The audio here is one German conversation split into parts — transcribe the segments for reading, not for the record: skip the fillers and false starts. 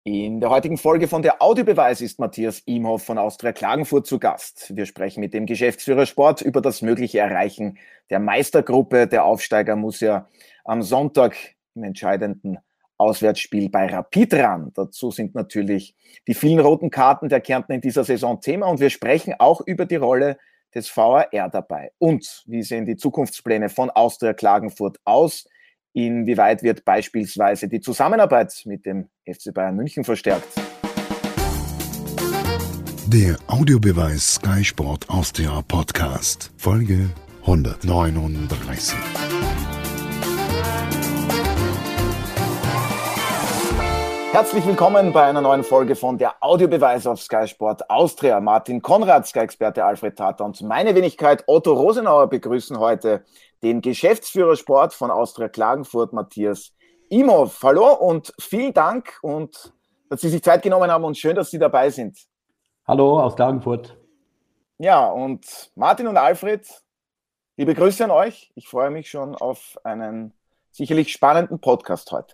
In der heutigen Folge von der Audiobeweis ist Matthias Imhoff von Austria Klagenfurt zu Gast. Wir sprechen mit dem Geschäftsführer Sport über das mögliche Erreichen der Meistergruppe. Der Aufsteiger muss ja am Sonntag im entscheidenden Auswärtsspiel bei Rapid ran. Dazu sind natürlich die vielen roten Karten der Kärntner in dieser Saison Thema und wir sprechen auch über die Rolle des VAR dabei. Und wie sehen die Zukunftspläne von Austria Klagenfurt aus? Inwieweit wird beispielsweise die Zusammenarbeit mit dem FC Bayern München verstärkt? Der Audiobeweis Sky Sport Austria Podcast, Folge 139. Herzlich willkommen bei einer neuen Folge von der Audiobeweis auf Sky Sport Austria. Martin Konrad, Sky-Experte Alfred Tata und meine Wenigkeit Otto Rosenauer begrüßen heute den Geschäftsführer Sport von Austria Klagenfurt, Matthias Imhoff. Hallo und vielen Dank und dass Sie sich Zeit genommen haben und schön, dass Sie dabei sind. Hallo aus Klagenfurt. Ja, und Martin und Alfred, liebe Grüße an euch. Ich freue mich schon auf einen sicherlich spannenden Podcast heute.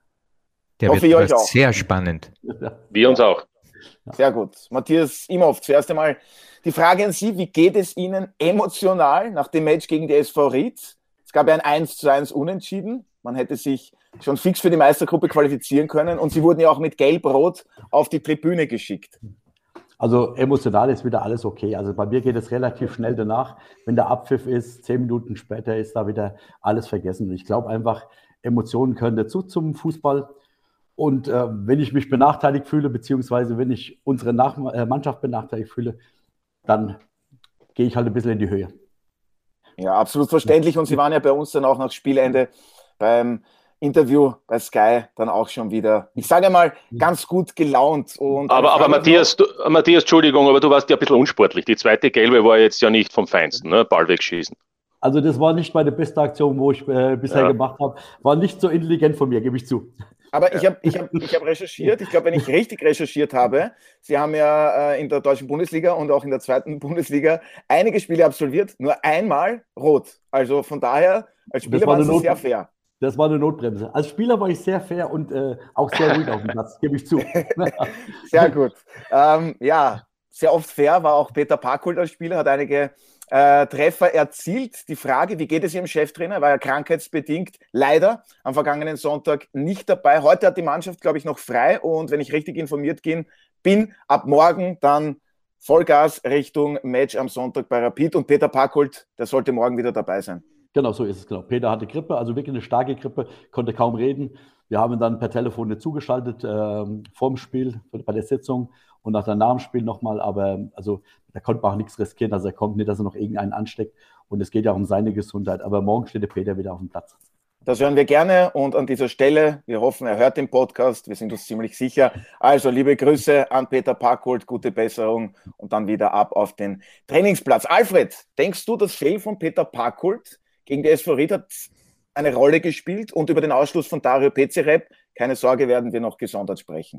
Der wird sehr spannend. Wir uns auch. Sehr gut. Matthias Imhoff, zuerst einmal die Frage an Sie, wie geht es Ihnen emotional nach dem Match gegen die SV Ried? Es gab ja ein 1:1 Unentschieden. Man hätte sich schon fix für die Meistergruppe qualifizieren können und Sie wurden ja auch mit Gelb-Rot auf die Tribüne geschickt. Also emotional ist wieder alles okay. Also bei mir geht es relativ schnell danach. Wenn der Abpfiff ist, 10 Minuten später ist da wieder alles vergessen. Ich glaube einfach, Emotionen gehören dazu zum Fußball. Und wenn ich mich benachteiligt fühle, beziehungsweise wenn ich unsere Mannschaft benachteiligt fühle, dann gehe ich halt ein bisschen in die Höhe. Ja, absolut verständlich. Und Sie waren ja bei uns dann auch nach Spielende beim Interview bei Sky dann auch schon wieder, ich sage mal, ganz gut gelaunt. Und aber Matthias, Entschuldigung, aber du warst ja ein bisschen unsportlich. Die zweite Gelbe war jetzt ja nicht vom Feinsten, ne? Ball wegschießen. Also das war nicht meine beste Aktion, wo ich bisher gemacht habe. War nicht so intelligent von mir, gebe ich zu. Aber ich hab recherchiert, ich glaube, wenn ich richtig recherchiert habe, Sie haben ja in der deutschen Bundesliga und auch in der zweiten Bundesliga einige Spiele absolviert, nur einmal rot. Also von daher, als Spieler war es sehr fair. Das war eine Notbremse. Als Spieler war ich sehr fair und auch sehr ruhig auf dem Platz, gebe ich zu. Sehr gut. Ja, sehr oft fair war auch Peter Parkholt als Spieler, hat einige Treffer erzielt. Die Frage, wie geht es Ihrem Cheftrainer? War ja krankheitsbedingt leider am vergangenen Sonntag nicht dabei. Heute hat die Mannschaft, glaube ich, noch frei und wenn ich richtig informiert bin, ab morgen dann Vollgas Richtung Match am Sonntag bei Rapid und Peter Parkholt, der sollte morgen wieder dabei sein. Genau, so ist es, genau. Peter hatte Grippe, also wirklich eine starke Grippe, konnte kaum reden. Wir haben ihn dann per Telefon zugeschaltet vorm Spiel, bei der Sitzung und nach dem Spiel nochmal, aber also da konnte man auch nichts riskieren, also er kommt nicht, dass er noch irgendeinen ansteckt und es geht ja auch um seine Gesundheit, aber morgen steht der Peter wieder auf dem Platz. Das hören wir gerne und an dieser Stelle, wir hoffen, er hört den Podcast, wir sind uns ziemlich sicher. Also liebe Grüße an Peter Parkholt, gute Besserung und dann wieder ab auf den Trainingsplatz. Alfred, denkst du, das Fehlen von Peter Parkholt gegen die SV Ried hat eine Rolle gespielt und über den Ausschluss von Dario Pezereb, keine Sorge, werden wir noch gesondert sprechen.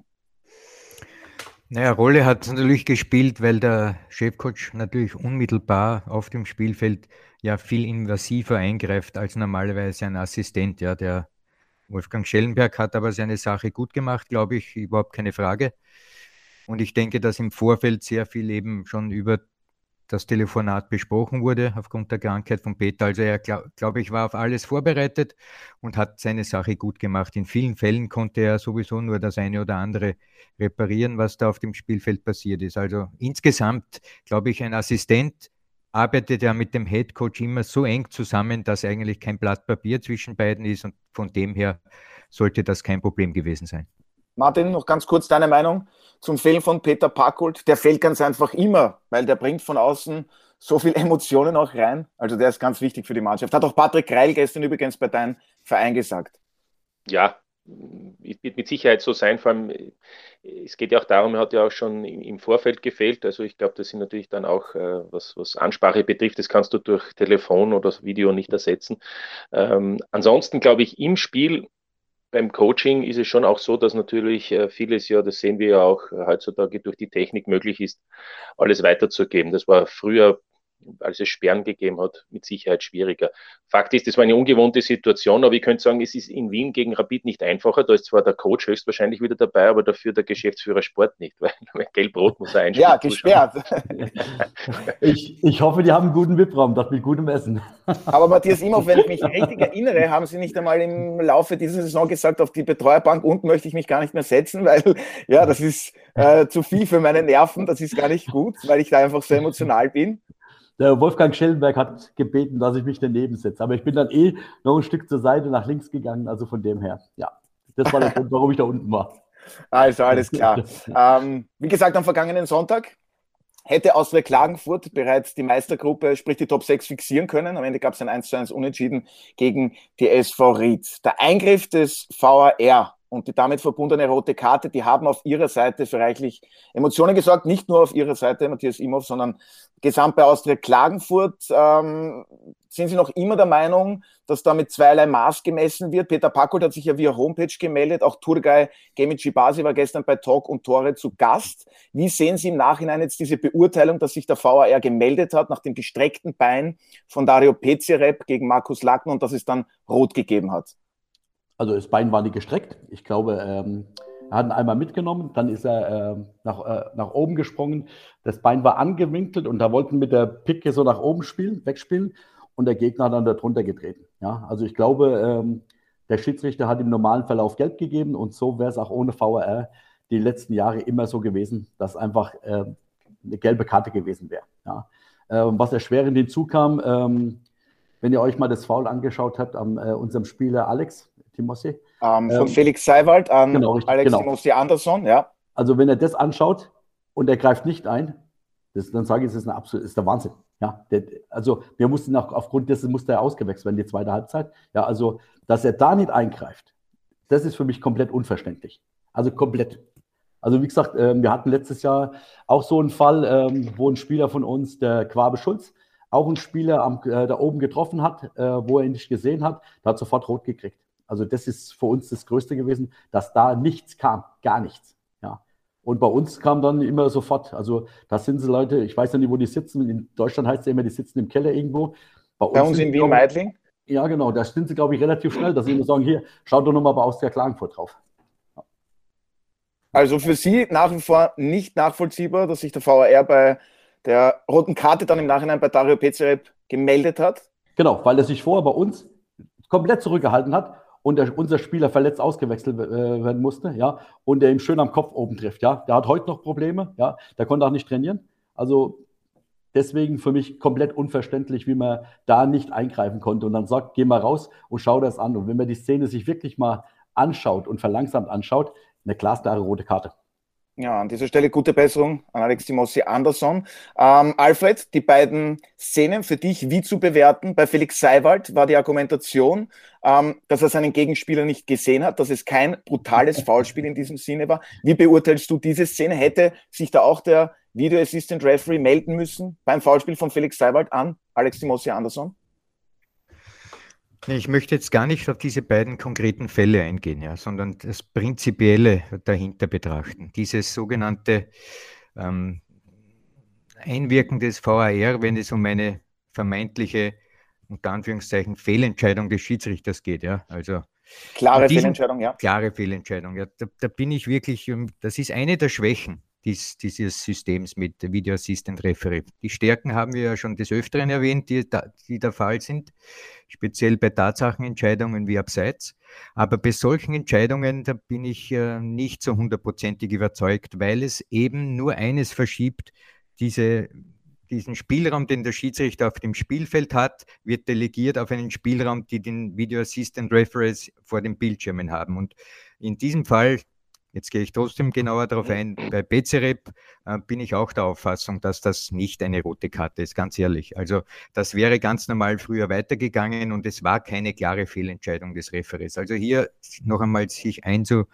Naja, Rolle hat natürlich gespielt, weil der Chefcoach natürlich unmittelbar auf dem Spielfeld ja viel invasiver eingreift als normalerweise ein Assistent. Ja, der Wolfgang Schellenberg hat aber seine Sache gut gemacht, glaube ich, überhaupt keine Frage. Und ich denke, dass im Vorfeld sehr viel eben schon über das Telefonat besprochen wurde aufgrund der Krankheit von Peter. Also er, glaube ich, war auf alles vorbereitet und hat seine Sache gut gemacht. In vielen Fällen konnte er sowieso nur das eine oder andere reparieren, was da auf dem Spielfeld passiert ist. Also insgesamt, glaube ich, ein Assistent arbeitet ja mit dem Headcoach immer so eng zusammen, dass eigentlich kein Blatt Papier zwischen beiden ist und von dem her sollte das kein Problem gewesen sein. Martin, noch ganz kurz deine Meinung zum Fehlen von Peter Parkholt. Der fehlt ganz einfach immer, weil der bringt von außen so viel Emotionen auch rein. Also der ist ganz wichtig für die Mannschaft. Hat auch Patrick Kreil gestern übrigens bei deinem Verein gesagt. Ja, wird mit Sicherheit so sein. Vor allem, es geht ja auch darum, er hat ja auch schon im Vorfeld gefehlt. Also ich glaube, das sind natürlich dann auch, was Ansprache betrifft, das kannst du durch Telefon oder Video nicht ersetzen. Ansonsten glaube ich, im Spiel beim Coaching ist es schon auch so, dass natürlich vieles ja, das sehen wir ja auch heutzutage durch die Technik möglich ist, alles weiterzugeben. Das war früher als es Sperren gegeben hat, mit Sicherheit schwieriger. Fakt ist, das war eine ungewohnte Situation, aber ich könnte sagen, es ist in Wien gegen Rapid nicht einfacher. Da ist zwar der Coach höchstwahrscheinlich wieder dabei, aber dafür der Geschäftsführer Sport nicht, weil Gelb-Rot muss er einspielen. Ja, gesperrt. Ich hoffe, die haben einen guten VIP-Raum, dort mit gutem Essen. Aber Matthias Imhoff, wenn ich mich richtig erinnere, haben Sie nicht einmal im Laufe dieser Saison gesagt, auf die Betreuerbank unten möchte ich mich gar nicht mehr setzen, weil ja, das ist zu viel für meine Nerven, das ist gar nicht gut, weil ich da einfach so emotional bin. Der Wolfgang Schellenberg hat gebeten, dass ich mich daneben setze. Aber ich bin dann noch ein Stück zur Seite nach links gegangen. Also von dem her, ja. Das war der Grund, warum ich da unten war. Also alles klar. Wie gesagt, am vergangenen Sonntag hätte Austria Klagenfurt bereits die Meistergruppe, sprich die Top 6 fixieren können. Am Ende gab es ein 1:1 Unentschieden gegen die SV Ried. Der Eingriff des VAR und die damit verbundene rote Karte, die haben auf ihrer Seite für reichlich Emotionen gesorgt. Nicht nur auf ihrer Seite, Matthias Imhoff, sondern gesamt bei Austria Klagenfurt. Sind Sie noch immer der Meinung, dass da mit zweierlei Maß gemessen wird? Peter Packold hat sich ja via Homepage gemeldet. Auch Turgay Gemici-Basi war gestern bei Talk und Tore zu Gast. Wie sehen Sie im Nachhinein jetzt diese Beurteilung, dass sich der VAR gemeldet hat nach dem gestreckten Bein von Dario Pezereb gegen Markus Lackner und dass es dann rot gegeben hat? Also das Bein war nicht gestreckt. Ich glaube, er hat ihn einmal mitgenommen, dann ist er nach oben gesprungen. Das Bein war angewinkelt und da wollten mit der Picke so nach oben wegspielen und der Gegner hat dann da drunter getreten. Ja, also ich glaube, der Schiedsrichter hat im normalen Verlauf gelb gegeben und so wäre es auch ohne VAR die letzten Jahre immer so gewesen, dass einfach eine gelbe Karte gewesen wäre. Ja. Was erschwerend hinzukam, wenn ihr euch mal das Foul angeschaut habt an unserem Spieler Alex Timossi. Von Felix Seiwald an genau, richtig, Alex Timossi Andersson, ja. Also wenn er das anschaut und er greift nicht ein, dann sage ich, es ist der Wahnsinn. Ja, also wir mussten auch aufgrund dessen musste er ausgewechselt werden, die zweite Halbzeit. Ja, also dass er da nicht eingreift, das ist für mich komplett unverständlich. Also komplett. Also wie gesagt, wir hatten letztes Jahr auch so einen Fall, wo ein Spieler von uns, der Quabe Schulz, auch einen Spieler da oben getroffen hat, wo er ihn nicht gesehen hat, der hat sofort rot gekriegt. Also das ist für uns das Größte gewesen, dass da nichts kam, gar nichts. Ja. Und bei uns kam dann immer sofort, also da sind so Leute, ich weiß ja nicht, wo die sitzen, in Deutschland heißt es ja immer, die sitzen im Keller irgendwo. Bei uns in Wien-Meidling? Ja, genau, da sind sie, glaube ich, relativ schnell, dass sie immer sagen, hier, schaut doch nochmal bei Austria Klagenfurt drauf. Ja. Also für Sie nach wie vor nicht nachvollziehbar, dass sich der VAR bei der roten Karte dann im Nachhinein bei Dario Pezereb gemeldet hat? Genau, weil er sich vorher bei uns komplett zurückgehalten hat und unser Spieler verletzt ausgewechselt werden musste, ja, und der ihm schön am Kopf oben trifft, ja. Der hat heute noch Probleme, ja, der konnte auch nicht trainieren. Also deswegen für mich komplett unverständlich, wie man da nicht eingreifen konnte und dann sagt, geh mal raus und schau das an. Und wenn man die Szene sich wirklich mal anschaut und verlangsamt anschaut, eine glasklare rote Karte. Ja, an dieser Stelle gute Besserung an Alex Timossi Andersson. Alfred, die beiden Szenen für dich wie zu bewerten? Bei Felix Seiwald war die Argumentation, dass er seinen Gegenspieler nicht gesehen hat, dass es kein brutales Foulspiel in diesem Sinne war. Wie beurteilst du diese Szene? Hätte sich da auch der Video Assistant Referee melden müssen beim Foulspiel von Felix Seiwald an Alex Timossi Andersson? Ich möchte jetzt gar nicht auf diese beiden konkreten Fälle eingehen, ja, sondern das Prinzipielle dahinter betrachten. Dieses sogenannte Einwirken des VAR, wenn es um eine vermeintliche, unter Anführungszeichen, Fehlentscheidung des Schiedsrichters geht. Ja, also klare Fehlentscheidung, ja. Klare Fehlentscheidung, ja. Da bin ich wirklich, das ist eine der Schwächen dieses Systems mit Video Assistant Referee. Die Stärken haben wir ja schon des Öfteren erwähnt, die der Fall sind, speziell bei Tatsachenentscheidungen wie Abseits. Aber bei solchen Entscheidungen, da bin ich nicht so hundertprozentig überzeugt, weil es eben nur eines verschiebt, diesen Spielraum, den der Schiedsrichter auf dem Spielfeld hat, wird delegiert auf einen Spielraum, die den Video Assistant Referees vor den Bildschirmen haben. Und in diesem Fall, jetzt gehe ich trotzdem genauer darauf ein, bei Pezereb bin ich auch der Auffassung, dass das nicht eine rote Karte ist, ganz ehrlich. Also das wäre ganz normal früher weitergegangen und es war keine klare Fehlentscheidung des Referees. Also hier noch einmal sich einzumengen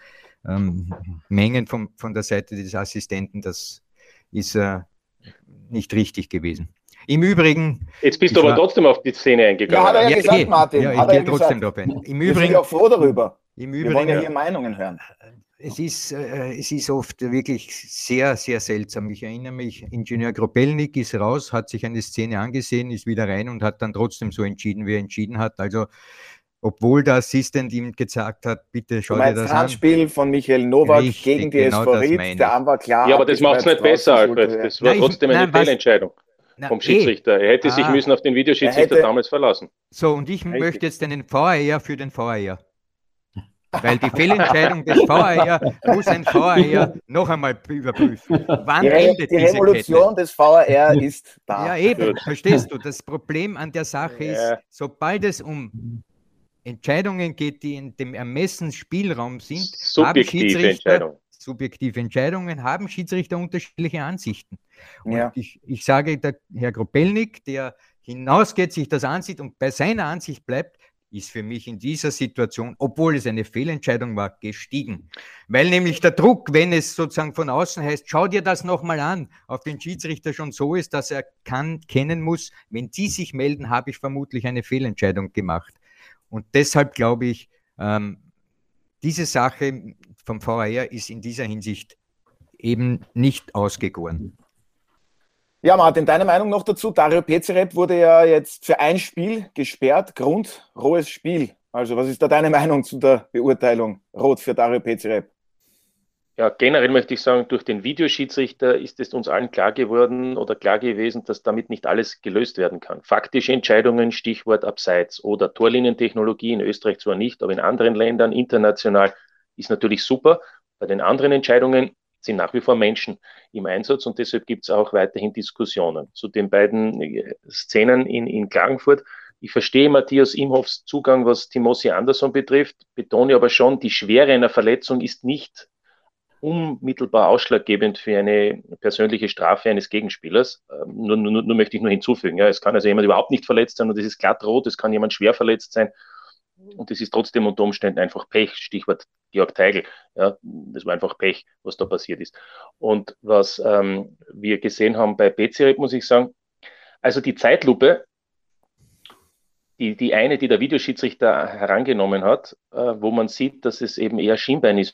von der Seite des Assistenten, das ist nicht richtig gewesen. Im Übrigen... Jetzt bist du aber trotzdem auf die Szene eingegangen. Ja, hat er ja gesagt, Martin. Ja, ich gehe trotzdem darauf ein. Wir sind ja auch froh darüber. Im Übrigen, wir wollen ja hier Meinungen hören. es ist oft wirklich sehr, sehr seltsam. Ich erinnere mich, Ingenieur Kropelnik ist raus, hat sich eine Szene angesehen, ist wieder rein und hat dann trotzdem so entschieden, wie er entschieden hat. Also, obwohl der Assistent ihm gesagt hat, bitte schau dir das an. Handspiel von Michael Nowak Richtig, gegen die genau SV Ried. Der Arm war klar. Ja, aber das macht es nicht besser, Alfred. Das war trotzdem eine Fehlentscheidung vom Schiedsrichter. Er hätte sich müssen auf den Videoschiedsrichter damals verlassen. So, und ich möchte jetzt den VAR für den VAR. Weil die Fehlentscheidung des VAR muss ein VAR noch einmal überprüfen. Wann endet die diese Revolution Kette? des VAR ist da. Ja, eben, verstehst du? Das Problem an der Sache ist, sobald es um Entscheidungen geht, die in dem Ermessensspielraum sind, subjektive Entscheidungen, haben Schiedsrichter unterschiedliche Ansichten. Und ich sage, der Herr Kropelnik, der hinausgeht, sich das ansieht und bei seiner Ansicht bleibt, ist für mich in dieser Situation, obwohl es eine Fehlentscheidung war, gestiegen. Weil nämlich der Druck, wenn es sozusagen von außen heißt, schau dir das nochmal an, auf den Schiedsrichter schon so ist, dass er kennen muss, wenn Sie sich melden, habe ich vermutlich eine Fehlentscheidung gemacht. Und deshalb glaube ich, diese Sache vom VAR ist in dieser Hinsicht eben nicht ausgegoren. Ja, Martin, deine Meinung noch dazu? Dario Pezereb wurde ja jetzt für ein Spiel gesperrt. Grund, rohes Spiel. Also was ist da deine Meinung zu der Beurteilung? Rot für Dario Pezereb. Ja, generell möchte ich sagen, durch den Videoschiedsrichter ist es uns allen klar geworden oder klar gewesen, dass damit nicht alles gelöst werden kann. Faktische Entscheidungen, Stichwort Abseits oder Torlinientechnologie, in Österreich zwar nicht, aber in anderen Ländern international ist natürlich super. Bei den anderen Entscheidungen sind nach wie vor Menschen im Einsatz und deshalb gibt es auch weiterhin Diskussionen. Zu den beiden Szenen in Klagenfurt. Ich verstehe Matthias Imhoffs Zugang, was Timothy Anderson betrifft, betone aber schon, die Schwere einer Verletzung ist nicht unmittelbar ausschlaggebend für eine persönliche Strafe eines Gegenspielers. Nur möchte ich nur hinzufügen. Ja, es kann also jemand überhaupt nicht verletzt sein und es ist glatt rot, es kann jemand schwer verletzt sein. Und es ist trotzdem unter Umständen einfach Pech, Stichwort Georg Teigl. Ja, das war einfach Pech, was da passiert ist. Und was wir gesehen haben bei Pezereb, muss ich sagen, also die Zeitlupe, die eine, die der Videoschiedsrichter herangenommen hat, wo man sieht, dass es eben eher Schienbein ist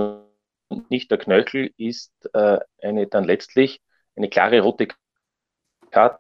und nicht der Knöchel, ist dann letztlich eine klare rote Karte.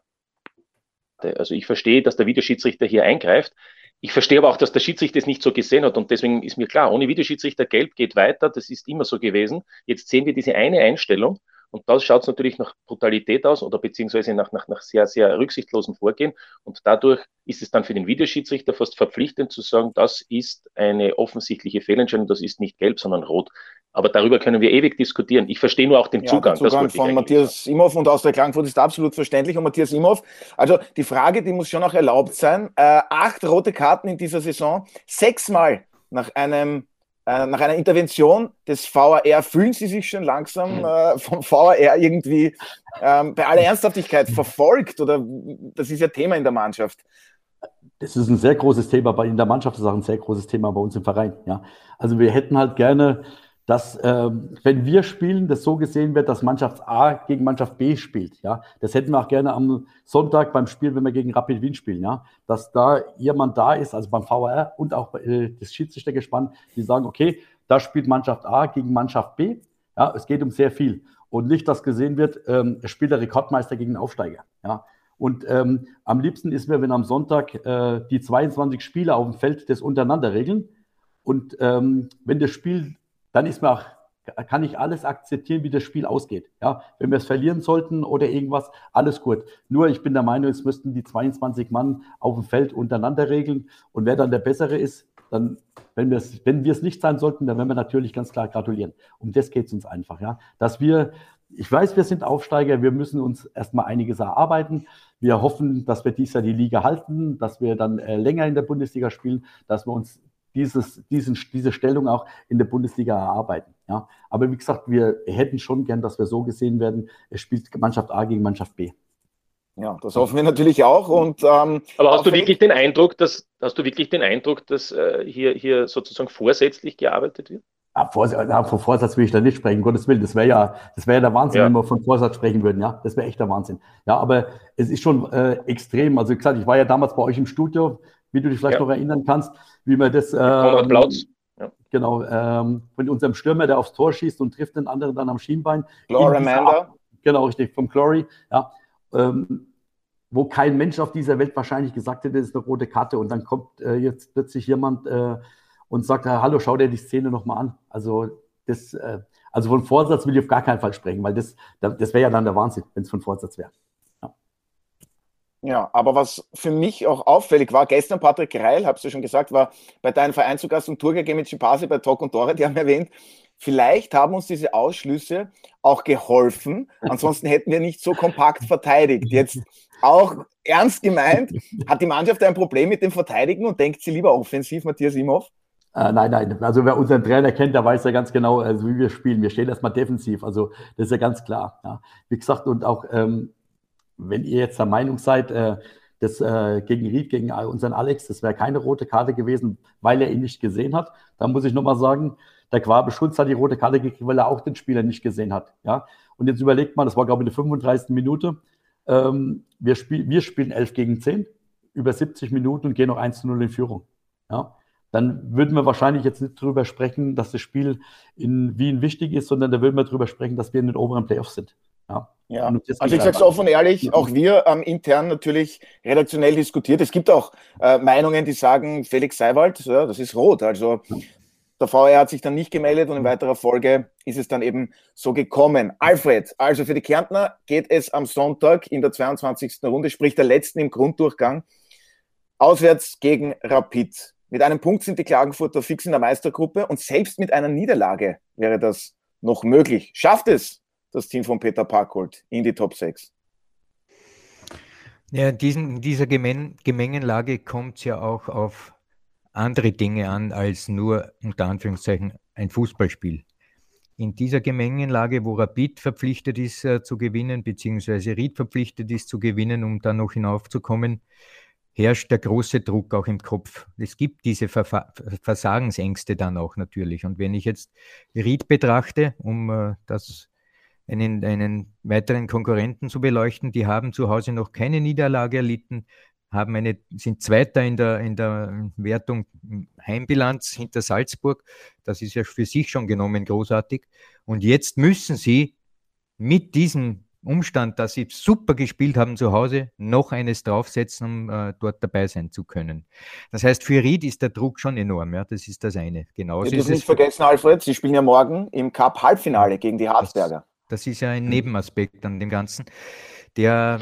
Also ich verstehe, dass der Videoschiedsrichter hier eingreift. Ich verstehe aber auch, dass der Schiedsrichter es nicht so gesehen hat und deswegen ist mir klar, ohne Videoschiedsrichter gelb geht weiter, das ist immer so gewesen. Jetzt sehen wir diese eine Einstellung und da schaut es natürlich nach Brutalität aus oder beziehungsweise nach sehr, sehr rücksichtslosem Vorgehen und dadurch ist es dann für den Videoschiedsrichter fast verpflichtend zu sagen, das ist eine offensichtliche Fehlentscheidung, das ist nicht gelb, sondern rot. Aber darüber können wir ewig diskutieren. Ich verstehe nur auch den Zugang. Der Zugang von Matthias Imhoff und Austria Klagenfurt ist absolut verständlich. Und Matthias Imhoff, also die Frage, die muss schon auch erlaubt sein. 8 rote Karten in dieser Saison, 6-mal nach einer Intervention des VAR. Fühlen Sie sich schon langsam vom VAR irgendwie bei aller Ernsthaftigkeit verfolgt? Oder das ist ja Thema in der Mannschaft. Das ist ein sehr großes Thema in der Mannschaft, das ist auch ein sehr großes Thema bei uns im Verein. Ja. Also wir hätten halt gerne, dass, wenn wir spielen, das so gesehen wird, dass Mannschaft A gegen Mannschaft B spielt. Ja? Das hätten wir auch gerne am Sonntag beim Spiel, wenn wir gegen Rapid Wien spielen. Ja? Dass da jemand da ist, also beim VAR und auch das Schiedsrichtergespann, die sagen, okay, da spielt Mannschaft A gegen Mannschaft B. Ja? Es geht um sehr viel. Und nicht, dass gesehen wird, es spielt der Rekordmeister gegen den Aufsteiger. Ja? Und am liebsten ist mir, wenn am Sonntag die 22 Spieler auf dem Feld das untereinander regeln. Und wenn das Spiel, dann kann ich alles akzeptieren, wie das Spiel ausgeht. Ja, wenn wir es verlieren sollten oder irgendwas, alles gut. Nur ich bin der Meinung, es müssten die 22 Mann auf dem Feld untereinander regeln. Und wer dann der Bessere ist, dann, wenn wir es nicht sein sollten, dann werden wir natürlich ganz klar gratulieren. Um das geht es uns einfach. Ja, ich weiß, wir sind Aufsteiger, wir müssen uns erstmal einiges erarbeiten. Wir hoffen, dass wir dieses Jahr die Liga halten, dass wir dann länger in der Bundesliga spielen, dass wir uns diese Stellung auch in der Bundesliga erarbeiten. Ja? Aber wie gesagt, wir hätten schon gern, dass wir so gesehen werden, es spielt Mannschaft A gegen Mannschaft B. Ja, das hoffen wir natürlich auch. Und, aber hast du wirklich den Eindruck, dass hier sozusagen vorsätzlich gearbeitet wird? Von Vorsatz will ich da nicht sprechen, um Gottes Willen. Das wäre ja der Wahnsinn, wenn wir von Vorsatz sprechen würden. Ja, das wäre echt der Wahnsinn. Ja, aber es ist schon extrem. Also wie gesagt, ich war ja damals bei euch im Studio, wie du dich vielleicht noch erinnern kannst, wie wir das genau, von unserem Stürmer, der aufs Tor schießt und trifft den anderen dann am Schienbein. Gloramander. Genau, richtig, vom Glory, ja. Wo kein Mensch auf dieser Welt wahrscheinlich gesagt hätte, das ist eine rote Karte. Und dann kommt jetzt plötzlich jemand und sagt, hallo, schau dir die Szene nochmal an. Also von Vorsatz will ich auf gar keinen Fall sprechen, weil das wäre ja dann der Wahnsinn, wenn es von Vorsatz wäre. Ja, aber was für mich auch auffällig war, gestern Patrick Reil, hab's ja schon gesagt, war bei deinem Verein zu Gast und Turgay mit Schipasi bei Talk und Tore, die haben erwähnt, vielleicht haben uns diese Ausschlüsse auch geholfen, ansonsten hätten wir nicht so kompakt verteidigt. Jetzt auch ernst gemeint, hat die Mannschaft ein Problem mit dem Verteidigen und denkt sie lieber offensiv, Matthias Imhoff? Nein. Also wer unseren Trainer kennt, der weiß ja ganz genau, also wie wir spielen. Wir stehen erstmal defensiv, also das ist ja ganz klar. Ja. Wie gesagt, und auch wenn ihr jetzt der Meinung seid, dass gegen Ried, gegen unseren Alex, das wäre keine rote Karte gewesen, weil er ihn nicht gesehen hat, dann muss ich nochmal sagen, der Quabe Schulz hat die rote Karte gekriegt, weil er auch den Spieler nicht gesehen hat. Ja? Und jetzt überlegt man, das war glaube ich in der 35. Minute, wir spielen 11 gegen 10, über 70 Minuten und gehen noch 1:0 in Führung. Ja? Dann würden wir wahrscheinlich jetzt nicht darüber sprechen, dass das Spiel in Wien wichtig ist, sondern da würden wir darüber sprechen, dass wir in den oberen Playoffs sind. Ja. Also ich sage es offen und ehrlich, auch wir intern natürlich redaktionell diskutiert. Es gibt auch Meinungen, die sagen, Felix Seiwald, ja, das ist rot. Also der VR hat sich dann nicht gemeldet und in weiterer Folge ist es dann eben so gekommen. Alfred, also für die Kärntner geht es am Sonntag in der 22. Runde, sprich der letzten im Grunddurchgang, auswärts gegen Rapid. Mit einem Punkt sind die Klagenfurter fix in der Meistergruppe und selbst mit einer Niederlage wäre das noch möglich. Schafft es das Team von Peter Parkholt in die Top 6? Ja, in dieser Gemengenlage kommt es ja auch auf andere Dinge an, als nur, unter Anführungszeichen, ein Fußballspiel. In dieser Gemengenlage, wo Rapid verpflichtet ist zu gewinnen, beziehungsweise Ried verpflichtet ist zu gewinnen, um da noch hinaufzukommen, herrscht der große Druck auch im Kopf. Es gibt diese Versagensängste dann auch natürlich. Und wenn ich jetzt Ried betrachte, um einen weiteren Konkurrenten zu beleuchten, die haben zu Hause noch keine Niederlage erlitten, sind Zweiter in der Wertung Heimbilanz hinter Salzburg. Das ist ja für sich schon genommen großartig. Und jetzt müssen sie mit diesem Umstand, dass sie super gespielt haben zu Hause, noch eines draufsetzen, um dort dabei sein zu können. Das heißt, für Ried ist der Druck schon enorm. Ja, das ist das eine. Genauso Wir dürfen nicht vergessen, Alfred, sie spielen ja morgen im Cup-Halbfinale gegen die Harzberger. Das ist ja ein Nebenaspekt an dem Ganzen. Der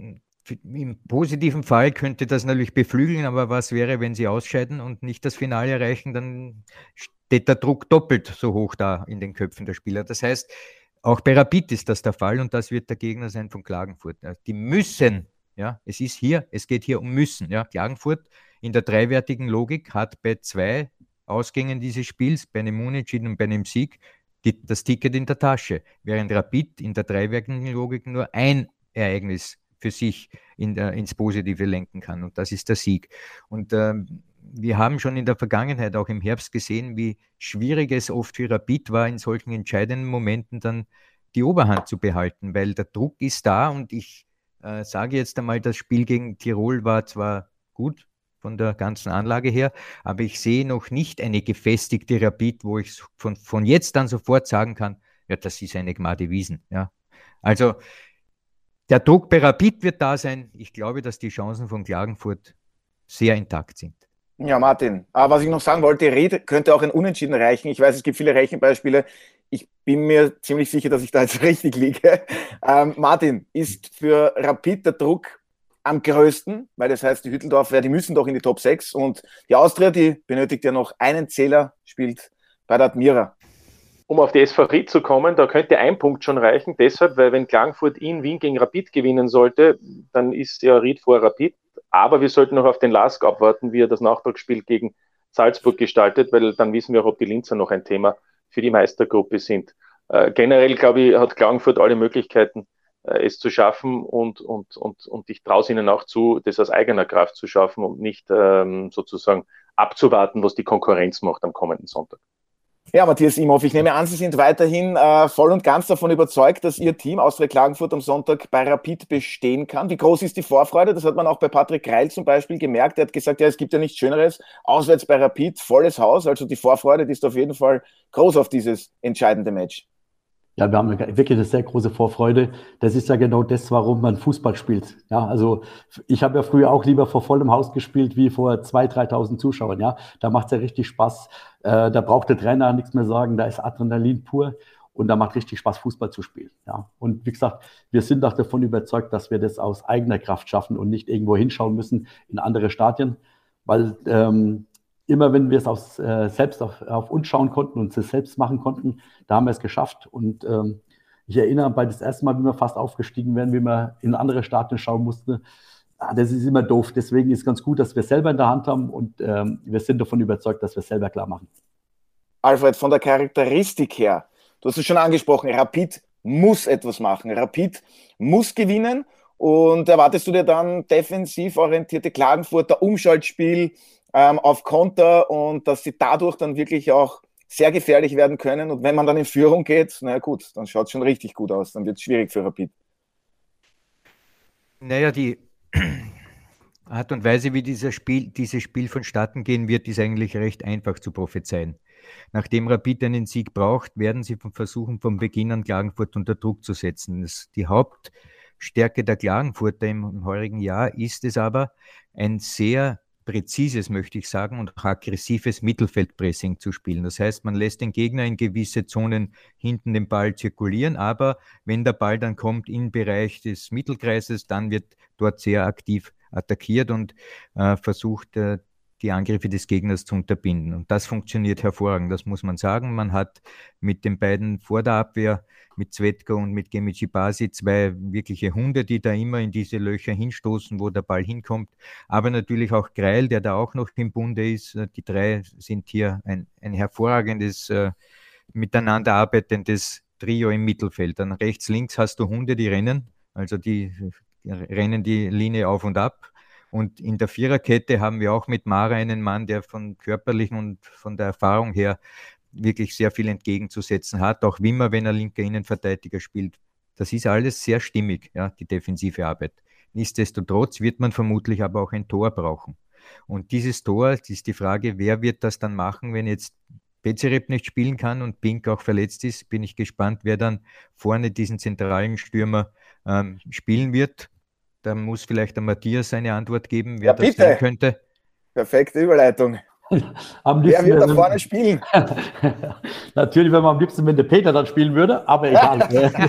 im positiven Fall könnte das natürlich beflügeln, aber was wäre, wenn sie ausscheiden und nicht das Finale erreichen, dann steht der Druck doppelt so hoch da in den Köpfen der Spieler. Das heißt, auch bei Rapid ist das der Fall und das wird der Gegner sein von Klagenfurt. Die müssen, ja, es geht hier um müssen. Ja. Klagenfurt in der dreiwertigen Logik hat bei 2 Ausgängen dieses Spiels, bei einem Unentschieden und bei einem Sieg, das Ticket in der Tasche, während Rapid in der dreiwertigen Logik nur ein Ereignis für sich ins Positive lenken kann und das ist der Sieg. Und wir haben schon in der Vergangenheit, auch im Herbst gesehen, wie schwierig es oft für Rapid war, in solchen entscheidenden Momenten dann die Oberhand zu behalten, weil der Druck ist da und ich sage jetzt einmal, das Spiel gegen Tirol war zwar gut von der ganzen Anlage her, aber ich sehe noch nicht eine gefestigte Rapid, wo ich von jetzt an sofort sagen kann, ja, das ist eine Gmade Wiesn. Ja. Also der Druck bei Rapid wird da sein. Ich glaube, dass die Chancen von Klagenfurt sehr intakt sind. Ja, Martin, was ich noch sagen wollte, Ried könnte auch ein Unentschieden reichen. Ich weiß, es gibt viele Rechenbeispiele. Ich bin mir ziemlich sicher, dass ich da jetzt richtig liege. Martin, ist für Rapid der Druck am größten, weil das heißt, die Hütteldorfer, die müssen doch in die Top 6 und die Austria, die benötigt ja noch einen Zähler, spielt bei der Admira. Um auf die SV Ried zu kommen, da könnte ein Punkt schon reichen, deshalb, weil wenn Klagenfurt in Wien gegen Rapid gewinnen sollte, dann ist ja Ried vor Rapid, aber wir sollten noch auf den LASK abwarten, wie er das Nachtragsspiel gegen Salzburg gestaltet, weil dann wissen wir auch, ob die Linzer noch ein Thema für die Meistergruppe sind. Generell, glaube ich, hat Klagenfurt alle Möglichkeiten, es zu schaffen und ich traue es ihnen auch zu, das aus eigener Kraft zu schaffen und nicht sozusagen abzuwarten, was die Konkurrenz macht am kommenden Sonntag. Ja, Matthias Imhoff, ich nehme an, Sie sind weiterhin voll und ganz davon überzeugt, dass Ihr Team Austria Klagenfurt am Sonntag bei Rapid bestehen kann. Wie groß ist die Vorfreude? Das hat man auch bei Patrick Greil zum Beispiel gemerkt. Er hat gesagt, ja, es gibt ja nichts Schöneres. Auswärts bei Rapid, volles Haus. Also die Vorfreude, die ist auf jeden Fall groß auf dieses entscheidende Match. Ja, wir haben wirklich eine sehr große Vorfreude. Das ist ja genau das, warum man Fußball spielt. Ja, also ich habe ja früher auch lieber vor vollem Haus gespielt, wie vor 2.000, 3.000 Zuschauern. Ja, da macht es ja richtig Spaß. Da braucht der Trainer nichts mehr sagen. Da ist Adrenalin pur und da macht richtig Spaß, Fußball zu spielen. Ja, und wie gesagt, wir sind auch davon überzeugt, dass wir das aus eigener Kraft schaffen und nicht irgendwo hinschauen müssen in andere Stadien, weil immer wenn wir es selbst auf uns schauen konnten und es selbst machen konnten, da haben wir es geschafft. Und ich erinnere bei das erste Mal, wie wir fast aufgestiegen wären, wie wir in andere Stadien schauen mussten. Das ist immer doof. Deswegen ist es ganz gut, dass wir es selber in der Hand haben und wir sind davon überzeugt, dass wir es selber klar machen. Alfred, von der Charakteristik her, du hast es schon angesprochen, Rapid muss etwas machen. Rapid muss gewinnen. Und erwartest du dir dann defensiv orientierte Klagenfurter Umschaltspiel auf Konter und dass sie dadurch dann wirklich auch sehr gefährlich werden können. Und wenn man dann in Führung geht, na gut, dann schaut es schon richtig gut aus. Dann wird es schwierig für Rapid. Naja, die Art und Weise, wie dieses Spiel vonstatten gehen wird, ist eigentlich recht einfach zu prophezeien. Nachdem Rapid einen Sieg braucht, werden sie versuchen, von Beginn an Klagenfurt unter Druck zu setzen. Die Hauptstärke der Klagenfurter im heurigen Jahr ist es aber, ein sehr präzises, möchte ich sagen, und auch aggressives Mittelfeldpressing zu spielen. Das heißt, man lässt den Gegner in gewisse Zonen hinten den Ball zirkulieren, aber wenn der Ball dann kommt im Bereich des Mittelkreises, dann wird dort sehr aktiv attackiert und versucht, die Angriffe des Gegners zu unterbinden. Und das funktioniert hervorragend, das muss man sagen. Man hat mit den beiden vor der Abwehr, mit Cvetka und mit Gemici Basi, zwei wirkliche Hunde, die da immer in diese Löcher hinstoßen, wo der Ball hinkommt. Aber natürlich auch Greil, der da auch noch im Bunde ist. Die drei sind hier ein hervorragendes, miteinander arbeitendes Trio im Mittelfeld. Dann rechts, links hast du Hunde, die rennen. Also die rennen die Linie auf und ab. Und in der Viererkette haben wir auch mit Mara einen Mann, der von körperlichen und von der Erfahrung her wirklich sehr viel entgegenzusetzen hat. Auch Wimmer, wenn er linker Innenverteidiger spielt. Das ist alles sehr stimmig, ja, die defensive Arbeit. Nichtsdestotrotz wird man vermutlich aber auch ein Tor brauchen. Und dieses Tor, das ist die Frage, wer wird das dann machen, wenn jetzt Bezereb nicht spielen kann und Pink auch verletzt ist. Bin ich gespannt, wer dann vorne diesen zentralen Stürmer spielen wird. Da muss vielleicht der Matthias eine Antwort geben, wer das sein könnte. Perfekte Überleitung. Wer wird da vorne spielen? Natürlich, wenn man am liebsten, wenn der Peter dann spielen würde, aber egal.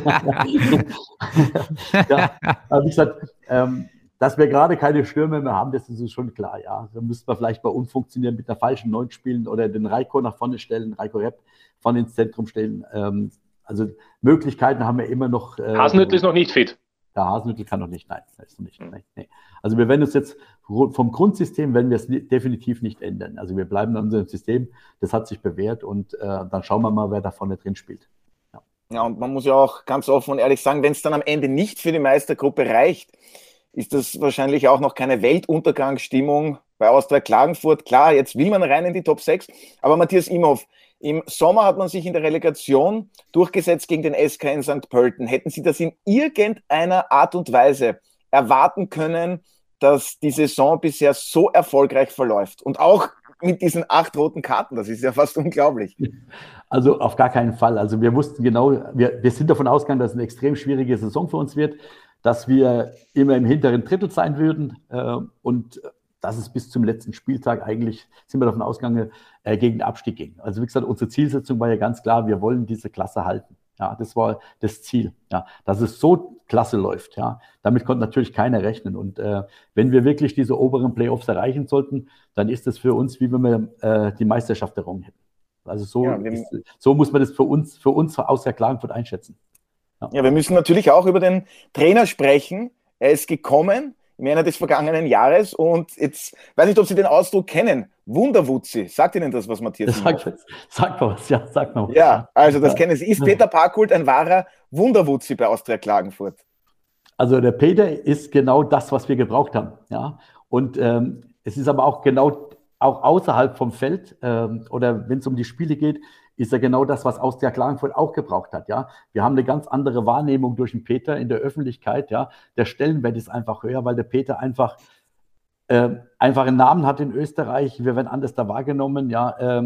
Ja, wie gesagt, dass wir gerade keine Stürmer mehr haben, das ist uns schon klar. Ja, da müssten wir vielleicht mal umfunktionieren mit der falschen 9 spielen oder den Reiko nach vorne stellen, Reiko Repp vorne ins Zentrum stellen. Also Möglichkeiten haben wir immer noch. Hasenhüttl ist noch nicht fit. Der Hasenhüttl kann noch nicht, nein, das ist noch nicht. Nee. Also wir werden uns jetzt vom Grundsystem werden wir es definitiv nicht ändern. Also wir bleiben an unserem System, das hat sich bewährt und dann schauen wir mal, wer da vorne drin spielt. Ja, und man muss ja auch ganz offen und ehrlich sagen, wenn es dann am Ende nicht für die Meistergruppe reicht, ist das wahrscheinlich auch noch keine Weltuntergangsstimmung bei Austria Klagenfurt. Klar, jetzt will man rein in die Top 6, aber Matthias Imhoff, im Sommer hat man sich in der Relegation durchgesetzt gegen den SK in St. Pölten. Hätten Sie das in irgendeiner Art und Weise erwarten können, dass die Saison bisher so erfolgreich verläuft? Und auch mit diesen 8 roten Karten, das ist ja fast unglaublich. Also auf gar keinen Fall. Also wir wussten genau, wir sind davon ausgegangen, dass es eine extrem schwierige Saison für uns wird, dass wir immer im hinteren Drittel sein würden und dass es bis zum letzten Spieltag eigentlich, sind wir davon ausgegangen, gegen den Abstieg ging. Also wie gesagt, unsere Zielsetzung war ja ganz klar, wir wollen diese Klasse halten. Ja, das war das Ziel. Ja, dass es so klasse läuft. Ja, damit konnte natürlich keiner rechnen. Und wenn wir wirklich diese oberen Playoffs erreichen sollten, dann ist es für uns, wie wenn wir die Meisterschaft errungen hätten. Also so muss man das für uns aus der Klagenfurt einschätzen. Ja, wir müssen natürlich auch über den Trainer sprechen. Er ist gekommen im Ende des vergangenen Jahres und jetzt, weiß nicht, ob Sie den Ausdruck kennen, Wunderwutzi. Sagt Ihnen das was, Matthias? Sag mal was, ja, sag mal was. Ja, also das kennen Sie. Ist Peter Parkhult ein wahrer Wunderwutzi bei Austria Klagenfurt? Also der Peter ist genau das, was wir gebraucht haben. Ja? Und es ist aber auch genau auch außerhalb vom Feld oder wenn es um die Spiele geht, ist ja genau das, was Austria Klagenfurt auch gebraucht hat. Ja? Wir haben eine ganz andere Wahrnehmung durch den Peter in der Öffentlichkeit. Ja? Der Stellenwert ist einfach höher, weil der Peter einfach einen Namen hat in Österreich. Wir werden anders da wahrgenommen. Ja?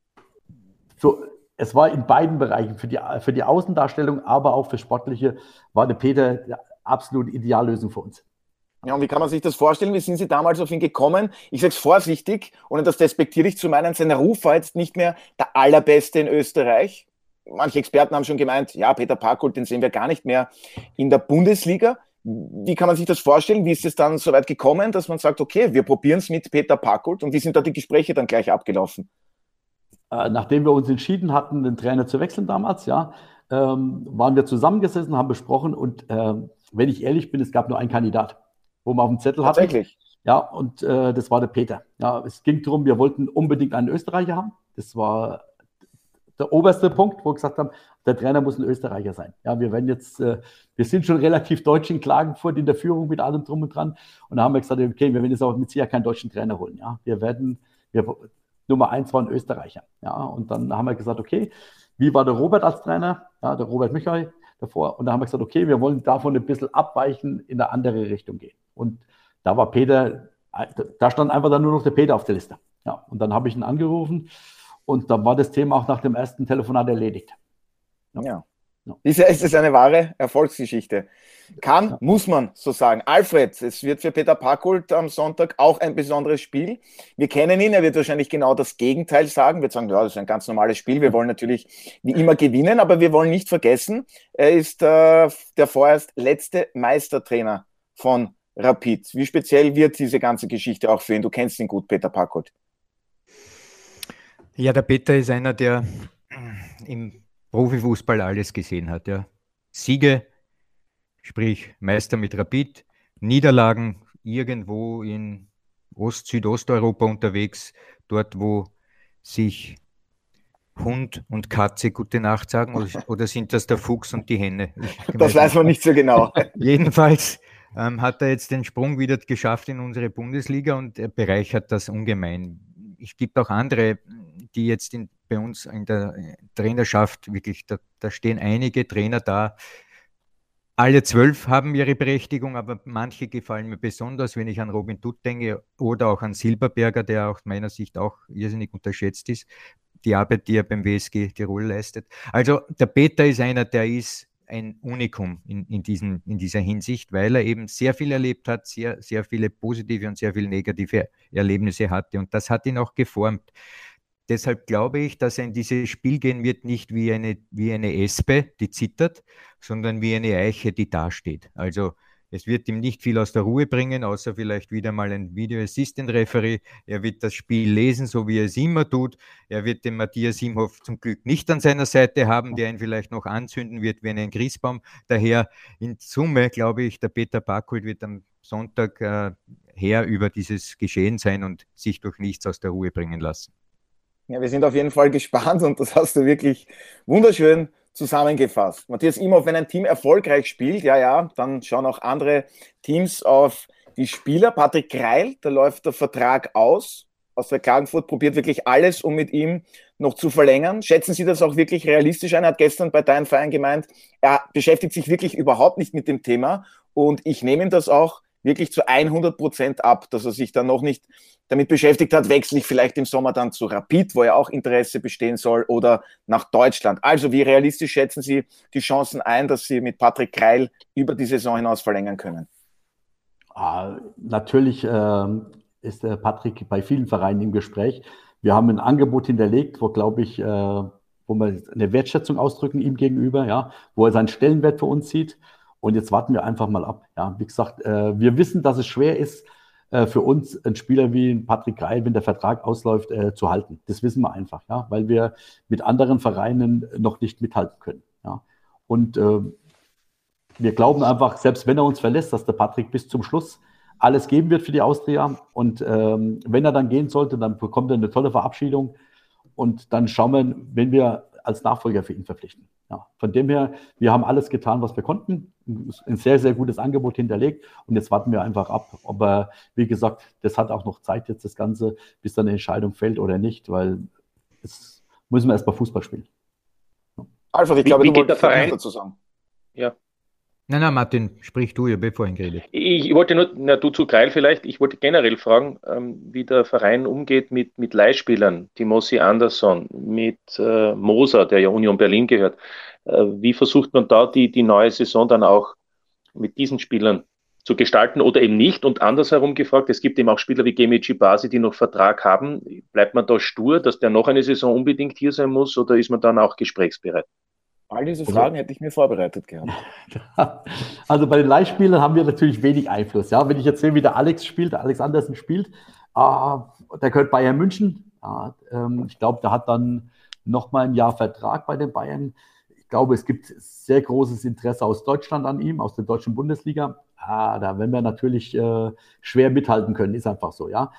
Es war in beiden Bereichen, für die Außendarstellung, aber auch für Sportliche, war der Peter die absolute Ideallösung für uns. Ja, und wie kann man sich das vorstellen? Wie sind Sie damals auf ihn gekommen? Ich sage es vorsichtig, ohne das despektierlich zu meinen, sein Ruf war jetzt nicht mehr der allerbeste in Österreich. Manche Experten haben schon gemeint, ja, Peter Packold, den sehen wir gar nicht mehr in der Bundesliga. Wie kann man sich das vorstellen? Wie ist es dann so weit gekommen, dass man sagt, okay, wir probieren es mit Peter Packold, und wie sind da die Gespräche dann gleich abgelaufen? Nachdem wir uns entschieden hatten, den Trainer zu wechseln damals, ja, waren wir zusammengesessen, haben besprochen, und wenn ich ehrlich bin, es gab nur einen Kandidat, wo wir auf dem Zettel hatten. Tatsächlich? Ja, und das war der Peter. Ja, es ging darum, wir wollten unbedingt einen Österreicher haben. Das war der oberste Punkt, wo wir gesagt haben, der Trainer muss ein Österreicher sein. Ja, wir sind schon relativ deutsch in Klagenfurt in der Führung mit allem drum und dran. Und da haben wir gesagt, okay, wir werden jetzt aber mit Sicherheit keinen deutschen Trainer holen. Ja, Nummer 1 war ein Österreicher. Ja, und dann haben wir gesagt, okay, wie war der Robert als Trainer? Ja, der Robert Michael davor. Und da haben wir gesagt, okay, wir wollen davon ein bisschen abweichen, in eine andere Richtung gehen. Und da war Peter, da stand einfach dann nur noch der Peter auf der Liste. Ja, und dann habe ich ihn angerufen, und dann war das Thema auch nach dem ersten Telefonat erledigt. Ja. Ist es eine wahre Erfolgsgeschichte. Muss man so sagen. Alfred, es wird für Peter Packold am Sonntag auch ein besonderes Spiel. Wir kennen ihn, er wird wahrscheinlich genau das Gegenteil sagen. Wir wird sagen, ja, das ist ein ganz normales Spiel. Wir wollen natürlich wie immer gewinnen, aber wir wollen nicht vergessen, er ist der vorerst letzte Meistertrainer von Rapid. Wie speziell wird diese ganze Geschichte auch für ihn? Du kennst ihn gut, Peter Packold. Ja, der Peter ist einer, der im Profifußball alles gesehen hat. Ja. Siege, sprich Meister mit Rapid, Niederlagen irgendwo in Südosteuropa unterwegs, dort wo sich Hund und Katze gute Nacht sagen, oder sind das der Fuchs und die Henne? Das weiß man nicht so genau. Jedenfalls hat er jetzt den Sprung wieder geschafft in unsere Bundesliga, und er bereichert das ungemein. Es gibt auch andere, die jetzt bei uns in der Trainerschaft wirklich, da stehen einige Trainer da. Alle 12 haben ihre Berechtigung, aber manche gefallen mir besonders, wenn ich an Robin Dutt denke oder auch an Silberberger, der aus meiner Sicht auch irrsinnig unterschätzt ist, die Arbeit, die er beim WSG Tirol leistet. Also der Peter ist einer, der ist ein Unikum in dieser Hinsicht, weil er eben sehr viel erlebt hat, sehr, sehr viele positive und sehr viele negative Erlebnisse hatte, und das hat ihn auch geformt. Deshalb glaube ich, dass er in dieses Spiel gehen wird, nicht wie eine Espe, die zittert, sondern wie eine Eiche, die dasteht. Also es wird ihm nicht viel aus der Ruhe bringen, außer vielleicht wieder mal ein Video Assistant Referee. Er wird das Spiel lesen, so wie er es immer tut. Er wird den Matthias Imhoff zum Glück nicht an seiner Seite haben, der ihn vielleicht noch anzünden wird wie einen Christbaum. Daher in Summe, glaube ich, der Peter Packold wird am Sonntag Herr über dieses Geschehen sein und sich durch nichts aus der Ruhe bringen lassen. Ja, wir sind auf jeden Fall gespannt, und das hast du wirklich wunderschön zusammengefasst. Matthias Imhoff, wenn ein Team erfolgreich spielt, ja, dann schauen auch andere Teams auf die Spieler. Patrick Kreil, da läuft der Vertrag aus. Austria Klagenfurt probiert wirklich alles, um mit ihm noch zu verlängern. Schätzen Sie das auch wirklich realistisch ein? Er hat gestern bei deinem Verein gemeint, er beschäftigt sich wirklich überhaupt nicht mit dem Thema, und ich nehme ihm das auch wirklich zu 100% ab, dass er sich dann noch nicht damit beschäftigt hat, wechsle ich vielleicht im Sommer dann zu Rapid, wo ja auch Interesse bestehen soll, oder nach Deutschland. Also wie realistisch schätzen Sie die Chancen ein, dass Sie mit Patrick Kreil über die Saison hinaus verlängern können? Natürlich ist der Patrick bei vielen Vereinen im Gespräch. Wir haben ein Angebot hinterlegt, wo, glaube ich, wo wir eine Wertschätzung ausdrücken ihm gegenüber, ja, wo er seinen Stellenwert für uns sieht. Und jetzt warten wir einfach mal ab. Ja, wie gesagt, wir wissen, dass es schwer ist, für uns einen Spieler wie Patrick Kreil, wenn der Vertrag ausläuft, zu halten. Das wissen wir einfach, ja, weil wir mit anderen Vereinen noch nicht mithalten können. Ja. Und wir glauben einfach, selbst wenn er uns verlässt, dass der Patrick bis zum Schluss alles geben wird für die Austria. Und wenn er dann gehen sollte, dann bekommt er eine tolle Verabschiedung. Und dann schauen wir, wenn wir als Nachfolger für ihn verpflichten. Ja, von dem her, wir haben alles getan, was wir konnten. Ein sehr, sehr gutes Angebot hinterlegt. Und jetzt warten wir einfach ab. Aber wie gesagt, das hat auch noch Zeit jetzt, das Ganze, bis dann eine Entscheidung fällt oder nicht. Weil müssen wir erstmal Fußball spielen. Alfred, ich glaube, Wie du geht der wolltest noch Verein? was dazu sagen. Ja. Nein, Martin, sprich du, ich habe vorhin geredet. Ich wollte nur, du zu Greil vielleicht, ich wollte generell fragen, wie der Verein umgeht mit Leihspielern, Timothy Anderson, mit Moser, der ja Union Berlin gehört. Wie versucht man da die neue Saison dann auch mit diesen Spielern zu gestalten oder eben nicht? Und andersherum gefragt, es gibt eben auch Spieler wie Gemici Basi, die noch Vertrag haben. Bleibt man da stur, dass der noch eine Saison unbedingt hier sein muss, oder ist man dann auch gesprächsbereit? All diese Fragen hätte ich mir vorbereitet gehabt. Also bei den Leihspielern haben wir natürlich wenig Einfluss. Ja? Wenn ich jetzt sehe, wie der Alex spielt, der Alex Andersen spielt, der gehört Bayern München. Ich glaube, der hat dann nochmal ein Jahr Vertrag bei den Bayern. Ich glaube, es gibt sehr großes Interesse aus Deutschland an ihm, aus der deutschen Bundesliga. Da werden wir natürlich schwer mithalten können, ist einfach so. Ja.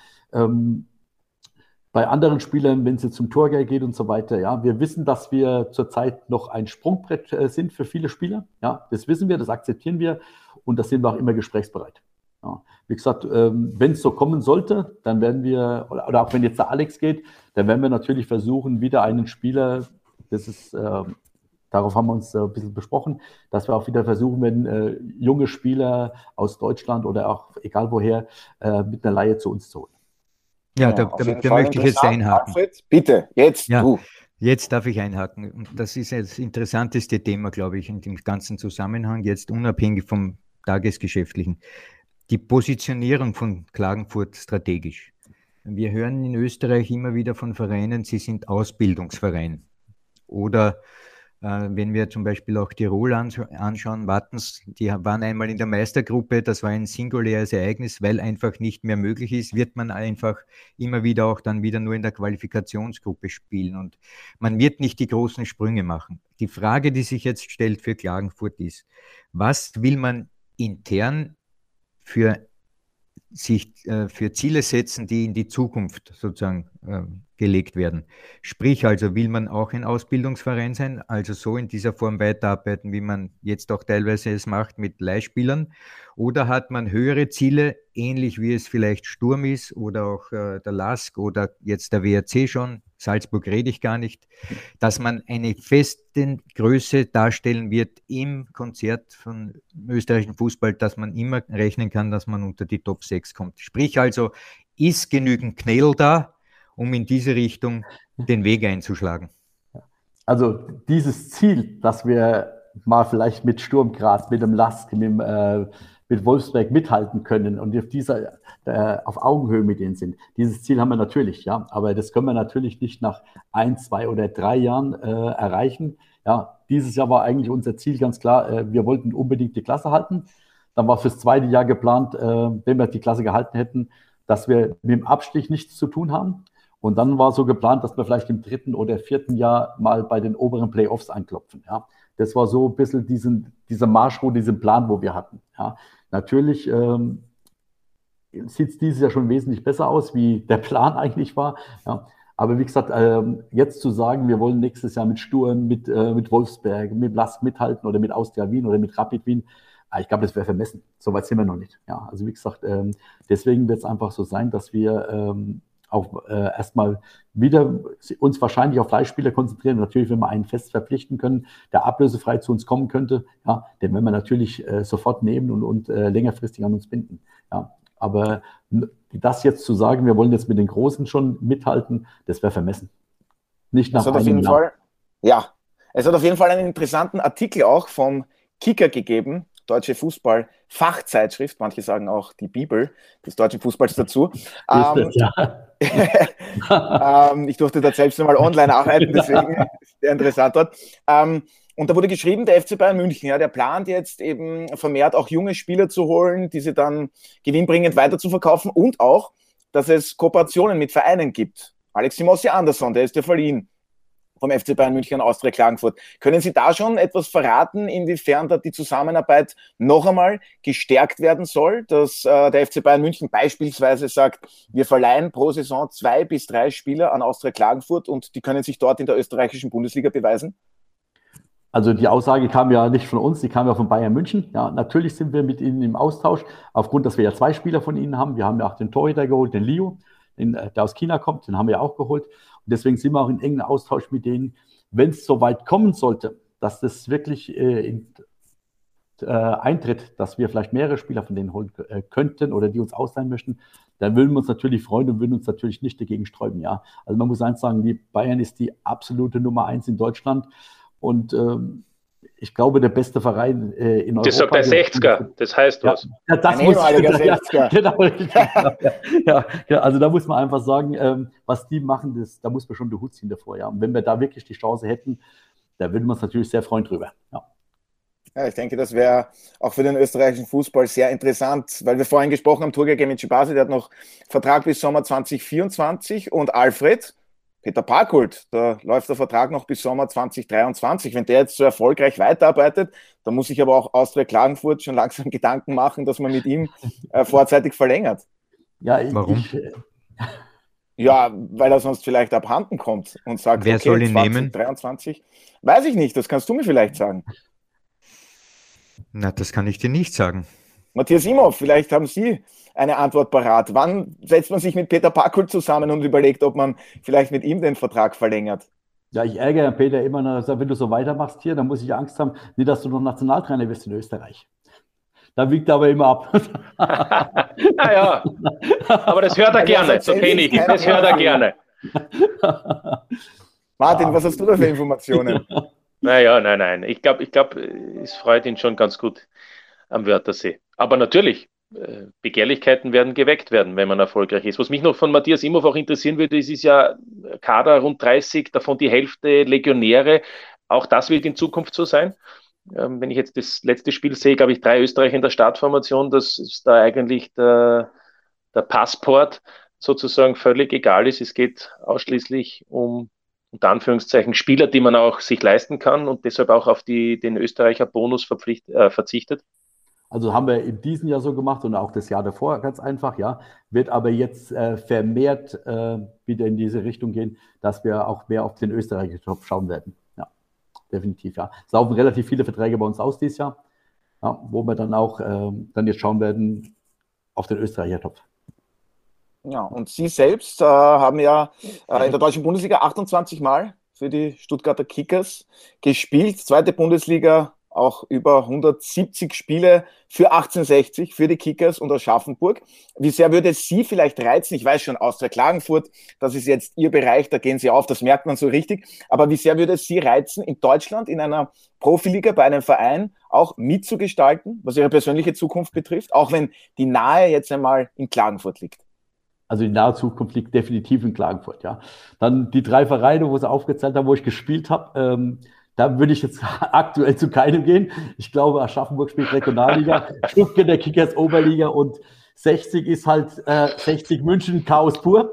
Bei anderen Spielern, wenn es jetzt zum Torgeld geht und so weiter, ja, wir wissen, dass wir zurzeit noch ein Sprungbrett sind für viele Spieler. Ja, das wissen wir, das akzeptieren wir und das sind wir auch immer gesprächsbereit. Ja. Wie gesagt, wenn es so kommen sollte, dann werden wir, oder auch wenn jetzt der Alex geht, dann werden wir natürlich versuchen, wieder einen Spieler, darauf haben wir uns ein bisschen besprochen, dass wir auch wieder versuchen, wenn junge Spieler aus Deutschland oder auch egal woher mit einer Leihe zu uns zu holen. Ja, da möchte ich jetzt einhaken. Alfred, bitte, jetzt ja, du. Jetzt darf ich einhaken. Und das ist das interessanteste Thema, glaube ich, in dem ganzen Zusammenhang, jetzt unabhängig vom Tagesgeschäftlichen. Die Positionierung von Klagenfurt strategisch. Wir hören in Österreich immer wieder von Vereinen, sie sind Ausbildungsverein. Oder wenn wir zum Beispiel auch Tirol anschauen, Wattens, die waren einmal in der Meistergruppe, das war ein singuläres Ereignis, weil einfach nicht mehr möglich ist, wird man einfach immer wieder auch dann wieder nur in der Qualifikationsgruppe spielen und man wird nicht die großen Sprünge machen. Die Frage, die sich jetzt stellt für Klagenfurt ist, was will man intern für Ziele setzen, die in die Zukunft sozusagen gelegt werden. Sprich also, will man auch ein Ausbildungsverein sein, also so in dieser Form weiterarbeiten, wie man jetzt auch teilweise es macht mit Leihspielern, oder hat man höhere Ziele, ähnlich wie es vielleicht Sturm ist oder auch der LASK oder jetzt der WRC schon, Salzburg rede ich gar nicht, dass man eine feste Größe darstellen wird im Konzert von österreichischen Fußball, dass man immer rechnen kann, dass man unter die Top 6 kommt. Sprich also, ist genügend Knädel da, um in diese Richtung den Weg einzuschlagen? Also dieses Ziel, dass wir mal vielleicht mit Sturm Graz, mit dem LASK, mit Wolfsberg mithalten können und auf Augenhöhe mit denen sind. Dieses Ziel haben wir natürlich, ja, aber das können wir natürlich nicht nach 1, 2 oder 3 Jahren erreichen. Ja, dieses Jahr war eigentlich unser Ziel ganz klar, wir wollten unbedingt die Klasse halten. Dann war fürs zweite Jahr geplant, wenn wir die Klasse gehalten hätten, dass wir mit dem Abstieg nichts zu tun haben. Und dann war so geplant, dass wir vielleicht im 3. oder 4. Jahr mal bei den oberen Playoffs einklopfen. Ja. Das war so ein bisschen dieser Marschroute, diesen Plan, wo wir hatten. Ja. Natürlich sieht es dieses Jahr schon wesentlich besser aus, wie der Plan eigentlich war. Ja. Aber wie gesagt, jetzt zu sagen, wir wollen nächstes Jahr mit Sturm, mit Wolfsberg, mit LASK mithalten oder mit Austria Wien oder mit Rapid Wien, ich glaube, das wäre vermessen. So weit sind wir noch nicht. Ja. Also wie gesagt, deswegen wird es einfach so sein, dass wir auch erstmal wieder uns wahrscheinlich auf Leihspieler konzentrieren. Natürlich, wenn wir einen fest verpflichten können, der ablösefrei zu uns kommen könnte, ja, den werden wir natürlich sofort nehmen und längerfristig an uns binden. Ja. Aber das jetzt zu sagen, wir wollen jetzt mit den Großen schon mithalten, das wäre vermessen. Nicht nach einem Jahr. Ja, es hat auf jeden Fall einen interessanten Artikel auch vom Kicker gegeben, Deutsche Fußball-Fachzeitschrift, manche sagen auch die Bibel des deutschen Fußballs dazu. Ich durfte dort selbst einmal online arbeiten, deswegen sehr interessant dort. Und da wurde geschrieben, der FC Bayern München, ja, der plant jetzt eben vermehrt auch junge Spieler zu holen, diese dann gewinnbringend weiter zu verkaufen und auch, dass es Kooperationen mit Vereinen gibt. Alex Timothy Anderson, der ist ja verliehen vom FC Bayern München an Austria Klagenfurt. Können Sie da schon etwas verraten, inwiefern da die Zusammenarbeit noch einmal gestärkt werden soll, dass der FC Bayern München beispielsweise sagt, wir verleihen pro Saison 2 bis 3 Spieler an Austria Klagenfurt und die können sich dort in der österreichischen Bundesliga beweisen? Also die Aussage kam ja nicht von uns, die kam ja von Bayern München. Ja, natürlich sind wir mit ihnen im Austausch, aufgrund, dass wir ja 2 Spieler von ihnen haben. Wir haben ja auch den Torhüter geholt, den Leo, der aus China kommt, den haben wir auch geholt. deswegen sind wir auch in engen Austausch mit denen, wenn es so weit kommen sollte, dass das wirklich eintritt, dass wir vielleicht mehrere Spieler von denen holen könnten oder die uns ausleihen möchten, dann würden wir uns natürlich freuen und würden uns natürlich nicht dagegen sträuben. Ja. Also man muss eins sagen, die Bayern ist die absolute Nummer 1 in Deutschland und ich glaube, der beste Verein in Europa. Das sagt der 60er, das heißt was. Ja, das muss genau, also da muss man einfach sagen, was die machen, da muss man schon den Hut ziehen davor. Ja. Und wenn wir da wirklich die Chance hätten, da würden wir uns natürlich sehr freuen drüber. Ja. Ja, ich denke, das wäre auch für den österreichischen Fußball sehr interessant, weil wir vorhin gesprochen haben, Turgay Gemicimbasi, der hat noch Vertrag bis Sommer 2024 und Alfred, Peter Parkholt, da läuft der Vertrag noch bis Sommer 2023. Wenn der jetzt so erfolgreich weiterarbeitet, dann muss sich aber auch Austria Klagenfurt schon langsam Gedanken machen, dass man mit ihm vorzeitig verlängert. Ja, warum? Ja, weil er sonst vielleicht abhanden kommt und sagt, wer soll ihn 2023, nehmen? Weiß ich nicht, das kannst du mir vielleicht sagen. Na, das kann ich dir nicht sagen. Matthias Imhoff, vielleicht haben Sie eine Antwort parat. Wann setzt man sich mit Peter Parkholt zusammen und überlegt, ob man vielleicht mit ihm den Vertrag verlängert? Ja, ich ärgere Peter immer noch, wenn du so weitermachst hier, dann muss ich Angst haben, nicht, dass du noch Nationaltrainer wirst in Österreich. Da wiegt er aber immer ab. Naja, aber das hört er gerne, so kenne ich, das hört er gerne. Martin, was hast du da für Informationen? Nein. Ich glaube, es freut ihn schon ganz gut am Wörthersee. Aber natürlich, Begehrlichkeiten werden geweckt werden, wenn man erfolgreich ist. Was mich noch von Matthias Imhoff auch interessieren würde, ist ja Kader rund 30, davon die Hälfte Legionäre. Auch das wird in Zukunft so sein. Wenn ich jetzt das letzte Spiel sehe, glaube ich, 3 Österreicher in der Startformation, dass ist da eigentlich der Passport sozusagen völlig egal ist. Es geht ausschließlich um unter Anführungszeichen Spieler, die man auch sich leisten kann und deshalb auch auf den Österreicher Bonus verzichtet? Also haben wir in diesem Jahr so gemacht und auch das Jahr davor, ganz einfach, ja. Wird aber jetzt vermehrt wieder in diese Richtung gehen, dass wir auch mehr auf den österreichischen Topf schauen werden. Ja, definitiv, ja. Es laufen relativ viele Verträge bei uns aus dieses Jahr, ja, wo wir dann auch dann jetzt schauen werden auf den österreicher Topf. Ja, und Sie selbst haben ja in der deutschen Bundesliga 28 Mal für die Stuttgarter Kickers gespielt. Zweite Bundesliga auch über 170 Spiele für 1860, für die Kickers und Aschaffenburg. Wie sehr würde es Sie vielleicht reizen? Ich weiß schon, Austria Klagenfurt, das ist jetzt Ihr Bereich, da gehen Sie auf, das merkt man so richtig. Aber wie sehr würde es Sie reizen, in Deutschland, in einer Profiliga, bei einem Verein auch mitzugestalten, was Ihre persönliche Zukunft betrifft, auch wenn die nahe jetzt einmal in Klagenfurt liegt? Also in naher Zukunft liegt definitiv in Klagenfurt, ja. Dann die 3 Vereine, wo sie aufgezählt haben, wo ich gespielt habe, da würde ich jetzt aktuell zu keinem gehen. Ich glaube, Aschaffenburg spielt Regionalliga, Stuttgart der Kickers Oberliga und 60 ist halt 60 München Chaos pur.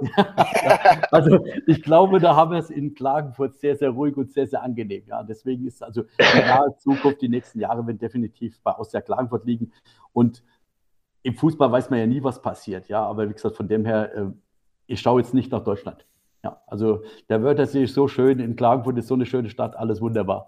Also ich glaube, da haben wir es in Klagenfurt sehr, sehr ruhig und sehr, sehr angenehm. Ja. Deswegen ist also die nahe Zukunft, die nächsten Jahre werden definitiv bei Austria Klagenfurt liegen. Und im Fußball weiß man ja nie, was passiert, ja, aber wie gesagt, von dem her, ich schaue jetzt nicht nach Deutschland. Ja, also der Wörthersee ist so schön, in Klagenfurt ist so eine schöne Stadt, alles wunderbar.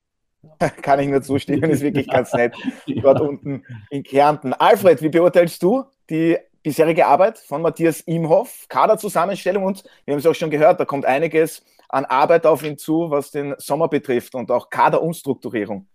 Kann ich nur zustimmen, ist wirklich ganz nett, dort unten in Kärnten. Alfred, wie beurteilst du die bisherige Arbeit von Matthias Imhoff, Kaderzusammenstellung und, wir haben es auch schon gehört, da kommt einiges an Arbeit auf ihn zu, was den Sommer betrifft und auch Kaderumstrukturierung?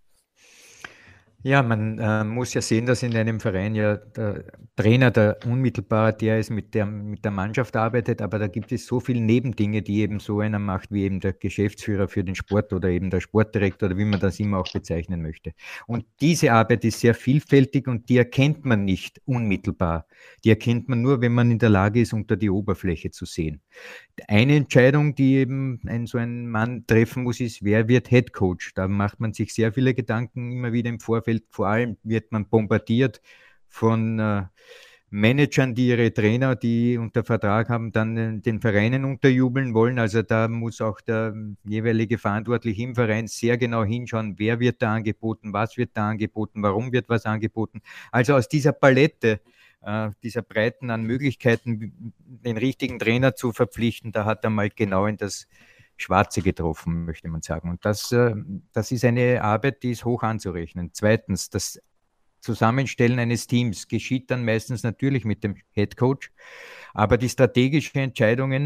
Ja, man muss ja sehen, dass in einem Verein ja der Trainer, der unmittelbar der ist, mit der Mannschaft arbeitet, aber da gibt es so viele Nebendinge, die eben so einer macht, wie eben der Geschäftsführer für den Sport oder eben der Sportdirektor oder wie man das immer auch bezeichnen möchte. Und diese Arbeit ist sehr vielfältig und die erkennt man nicht unmittelbar. Die erkennt man nur, wenn man in der Lage ist, unter die Oberfläche zu sehen. Eine Entscheidung, die eben so ein Mann treffen muss, ist, wer wird Head Coach? Da macht man sich sehr viele Gedanken immer wieder im Vorfeld. Vor allem wird man bombardiert von Managern, die ihre Trainer, die unter Vertrag haben, dann den Vereinen unterjubeln wollen. Also da muss auch der jeweilige Verantwortliche im Verein sehr genau hinschauen, wer wird da angeboten, was wird da angeboten, warum wird was angeboten. Also aus dieser Palette, dieser Breiten an Möglichkeiten, den richtigen Trainer zu verpflichten, da hat er mal genau in das Schwarze getroffen, möchte man sagen. Und das ist eine Arbeit, die ist hoch anzurechnen. Zweitens, das Zusammenstellen eines Teams geschieht dann meistens natürlich mit dem Headcoach, aber die strategischen Entscheidungen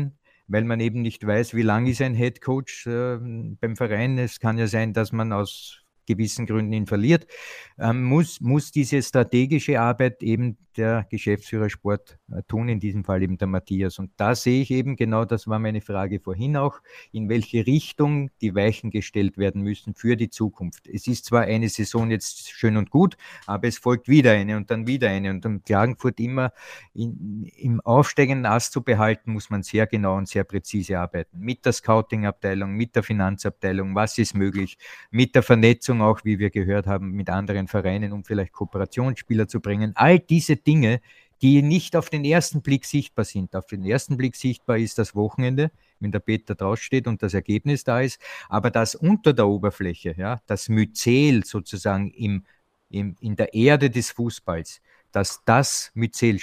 weil man eben nicht weiß, wie lang ist ein Headcoach beim Verein. Es kann ja sein, dass man aus gewissen Gründen ihn verliert, muss diese strategische Arbeit eben der Geschäftsführer Sport tun, in diesem Fall eben der Matthias. Und da sehe ich eben genau, das war meine Frage vorhin auch, in welche Richtung die Weichen gestellt werden müssen für die Zukunft. Es ist zwar eine Saison jetzt schön und gut, aber es folgt wieder eine und dann wieder eine. Und um Klagenfurt immer im aufsteigenden Ast zu behalten, muss man sehr genau und sehr präzise arbeiten. Mit der Scouting-Abteilung, mit der Finanzabteilung, was ist möglich, mit der Vernetzung auch, wie wir gehört haben, mit anderen Vereinen, um vielleicht Kooperationsspieler zu bringen. All diese Dinge, die nicht auf den ersten Blick sichtbar sind. Auf den ersten Blick sichtbar ist das Wochenende, wenn der Peter draufsteht und das Ergebnis da ist, aber das unter der Oberfläche, ja, das Myzel sozusagen in der Erde des Fußballs, dass das Myzel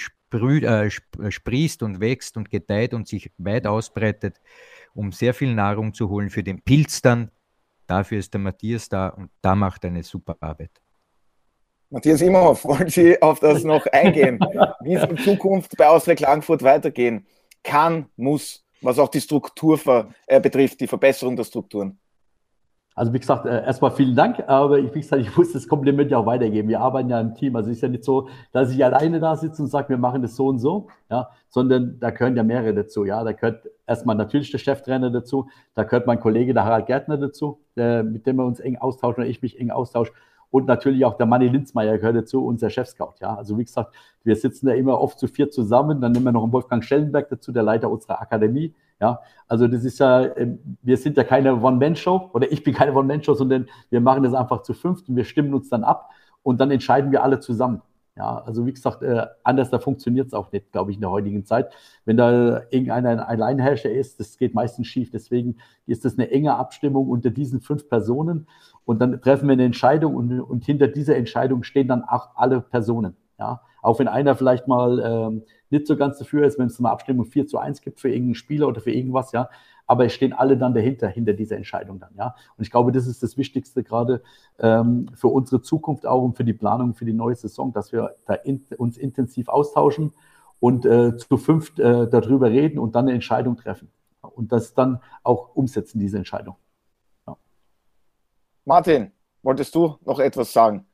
sprießt und wächst und gedeiht und sich weit ausbreitet, um sehr viel Nahrung zu holen für den Pilz dann. Dafür ist der Matthias da und da macht er eine super Arbeit. Matthias Imhoff, wollen Sie auf das noch eingehen? Wie es in Zukunft bei Austria Klagenfurt weitergehen kann, muss, was auch die Struktur betrifft, die Verbesserung der Strukturen? Also wie gesagt, erstmal vielen Dank, aber wie gesagt, ich muss das Kompliment ja auch weitergeben. Wir arbeiten ja im Team, also es ist ja nicht so, dass ich alleine da sitze und sage, wir machen das so und so, ja, sondern da gehören ja mehrere dazu, ja, da gehört erstmal natürlich der Cheftrainer dazu, da gehört mein Kollege, der Harald Gärtner dazu, mit dem wir uns eng austauschen oder ich mich eng austausche. Und natürlich auch der Manni Linzmeier gehört dazu, unser Chefscout. Ja, also wie gesagt, wir sitzen da immer oft zu viert zusammen. Dann nehmen wir noch einen Wolfgang Schellenberg dazu, der Leiter unserer Akademie. Ja, also das ist ja, wir sind ja keine One-Man-Show oder ich bin keine One-Man-Show, sondern wir machen das einfach zu fünft und wir stimmen uns dann ab und dann entscheiden wir alle zusammen. Ja, also wie gesagt, anders da funktioniert es auch nicht, glaube ich, in der heutigen Zeit. Wenn da irgendeiner ein Alleinherrscher ist, das geht meistens schief. Deswegen ist das eine enge Abstimmung unter diesen 5 Personen. Und dann treffen wir eine Entscheidung und hinter dieser Entscheidung stehen dann auch alle Personen. Ja? Auch wenn einer vielleicht mal nicht so ganz dafür ist, wenn es eine Abstimmung 4:1 gibt für irgendeinen Spieler oder für irgendwas, ja, aber es stehen alle dann hinter dieser Entscheidung dann, ja. Und ich glaube, das ist das Wichtigste gerade für unsere Zukunft auch und für die Planung für die neue Saison, dass wir da uns intensiv austauschen und zu 5 darüber reden und dann eine Entscheidung treffen. Und das dann auch umsetzen, diese Entscheidung. Ja. Martin, wolltest du noch etwas sagen?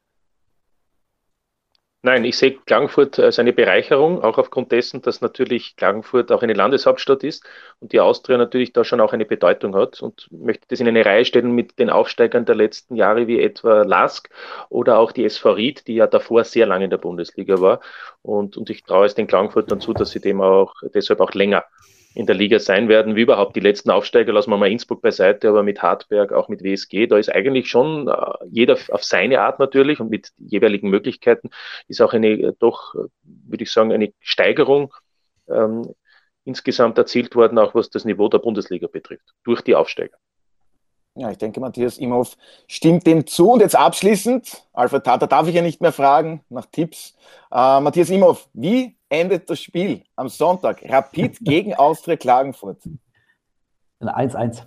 Nein, ich sehe Klagenfurt als eine Bereicherung, auch aufgrund dessen, dass natürlich Klagenfurt auch eine Landeshauptstadt ist und die Austria natürlich da schon auch eine Bedeutung hat und möchte das in eine Reihe stellen mit den Aufsteigern der letzten Jahre wie etwa LASK oder auch die SV Ried, die ja davor sehr lange in der Bundesliga war und ich traue es den Klagenfurtern zu, dass sie dem auch deshalb auch länger in der Liga sein werden, wie überhaupt die letzten Aufsteiger, lassen wir mal Innsbruck beiseite, aber mit Hartberg, auch mit WSG, da ist eigentlich schon jeder auf seine Art natürlich und mit jeweiligen Möglichkeiten ist auch eine doch, würde ich sagen, eine Steigerung insgesamt erzielt worden, auch was das Niveau der Bundesliga betrifft, durch die Aufsteiger. Ja, ich denke, Matthias Imhoff stimmt dem zu. Und jetzt abschließend, Alfred Tata darf ich ja nicht mehr fragen, nach Tipps. Matthias Imhoff, wie endet das Spiel am Sonntag? Rapid gegen Austria Klagenfurt. Ein 1:1.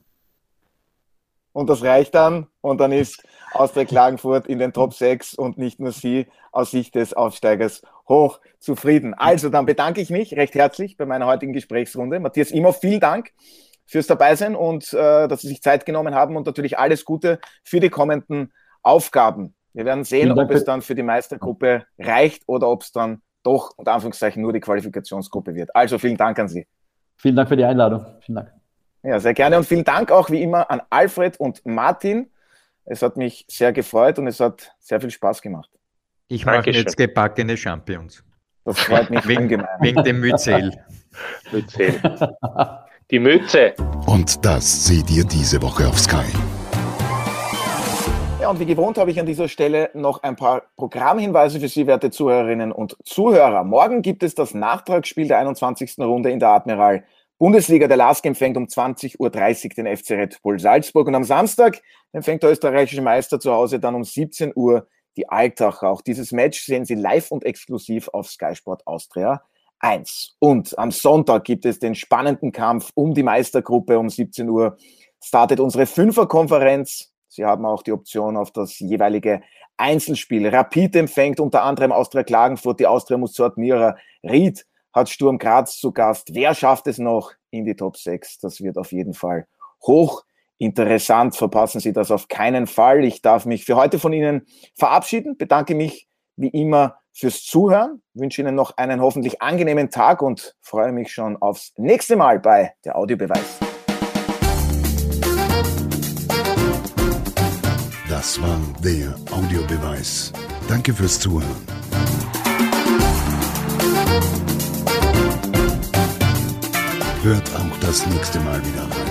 Und das reicht dann. Und dann ist Austria Klagenfurt in den Top 6 und nicht nur sie aus Sicht des Aufsteigers hoch zufrieden. Also, dann bedanke ich mich recht herzlich bei meiner heutigen Gesprächsrunde. Matthias Imhoff, vielen Dank fürs Dabeisein und dass Sie sich Zeit genommen haben und natürlich alles Gute für die kommenden Aufgaben. Wir werden sehen, ob es dann für die Meistergruppe reicht oder ob es dann doch, unter Anführungszeichen, nur die Qualifikationsgruppe wird. Also vielen Dank an Sie. Vielen Dank für die Einladung. Vielen Dank. Ja, sehr gerne und vielen Dank auch wie immer an Alfred und Martin. Es hat mich sehr gefreut und es hat sehr viel Spaß gemacht. Ich mache jetzt gebackene Champions. Das freut mich ungemein. Wegen dem Myzel. Die Mütze. Und das seht ihr diese Woche auf Sky. Ja, und wie gewohnt habe ich an dieser Stelle noch ein paar Programmhinweise für Sie, werte Zuhörerinnen und Zuhörer. Morgen gibt es das Nachtragsspiel der 21. Runde in der Admiral Bundesliga. Der LASK empfängt um 20:30 Uhr den FC Red Bull Salzburg. Und am Samstag empfängt der österreichische Meister zu Hause dann um 17 Uhr die Altacher. Auch dieses Match sehen Sie live und exklusiv auf Sky Sport Austria 1. Und am Sonntag gibt es den spannenden Kampf um die Meistergruppe. Um 17 Uhr startet unsere Fünferkonferenz. Sie haben auch die Option auf das jeweilige Einzelspiel. Rapid empfängt unter anderem Austria Klagenfurt, die Austria muss zu Admira Ried hat Sturm Graz zu Gast. Wer schafft es noch in die Top 6? Das wird auf jeden Fall hochinteressant. Verpassen Sie das auf keinen Fall. Ich darf mich für heute von Ihnen verabschieden. Bedanke mich wie immer fürs Zuhören. Wünsche Ihnen noch einen hoffentlich angenehmen Tag und freue mich schon aufs nächste Mal bei der Audiobeweis. Das war der Audiobeweis. Danke fürs Zuhören. Hört auch das nächste Mal wieder rein.